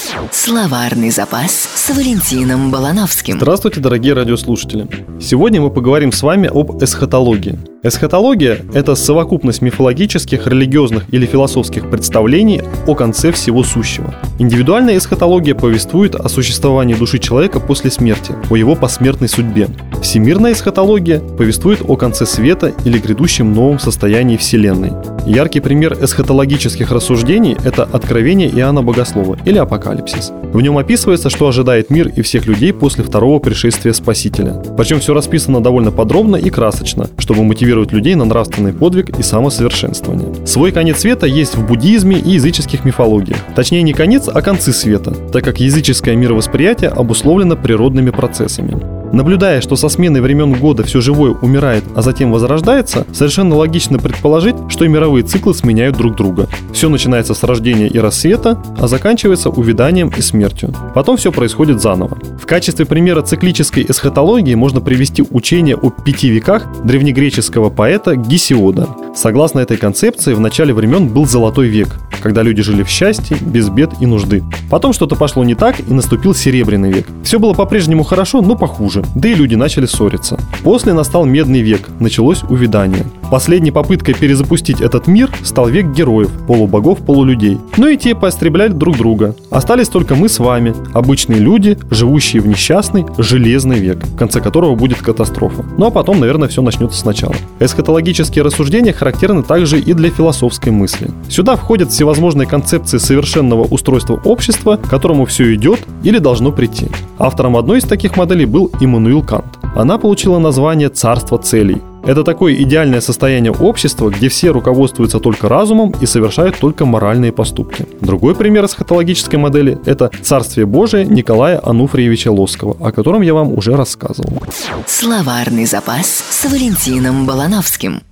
Словарный запас с Валентином Балановским. Здравствуйте, дорогие радиослушатели! Сегодня мы поговорим с вами об эсхатологии. Эсхатология – это совокупность мифологических, религиозных или философских представлений о конце всего сущего. Индивидуальная эсхатология повествует о существовании души человека после смерти, о его посмертной судьбе. Всемирная эсхатология повествует о конце света или грядущем новом состоянии Вселенной. Яркий пример эсхатологических рассуждений – это Откровение Иоанна Богослова или Апокалипсис. В нем описывается, что ожидает мир и всех людей после второго пришествия Спасителя. Причем все расписано довольно подробно и красочно, чтобы мотивировать людей на нравственный подвиг и самосовершенствование. Свой конец света есть в буддизме и языческих мифологиях. Точнее, не конец, а концы света, так как языческое мировосприятие обусловлено природными процессами. Наблюдая, что со сменой времен года все живое умирает, а затем возрождается, совершенно логично предположить, что и мировые циклы сменяют друг друга. Все начинается с рождения и рассвета, а заканчивается увяданием и смертью. Потом все происходит заново. В качестве примера циклической эсхатологии можно привести учение о 5 веках древнегреческого поэта Гесиода. Согласно этой концепции, в начале времен был золотой век, когда люди жили в счастье, без бед и нужды. Потом что-то пошло не так, и наступил серебряный век. Все было по-прежнему хорошо, но похуже. Да и люди начали ссориться. После настал медный век, началось увядание. Последней попыткой перезапустить этот мир стал век героев, полубогов, полулюдей. Но и те поостребляли друг друга. Остались только мы с вами, обычные люди, живущие в несчастный, железный век, в конце которого будет катастрофа. Ну а потом, наверное, все начнется сначала. Эсхатологические рассуждения характерны также и для философской мысли. Сюда входят всевозможные концепции совершенного устройства общества, к которому все идет или должно прийти. Автором одной из таких моделей был Иммануил Кант. Она получила название «Царство целей». Это такое идеальное состояние общества, где все руководствуются только разумом и совершают только моральные поступки. Другой пример эсхатологической модели – это «Царствие Божие» Николая Ануфриевича Лосского, о котором я вам уже рассказывал. Словарный запас с Валентином Балановским.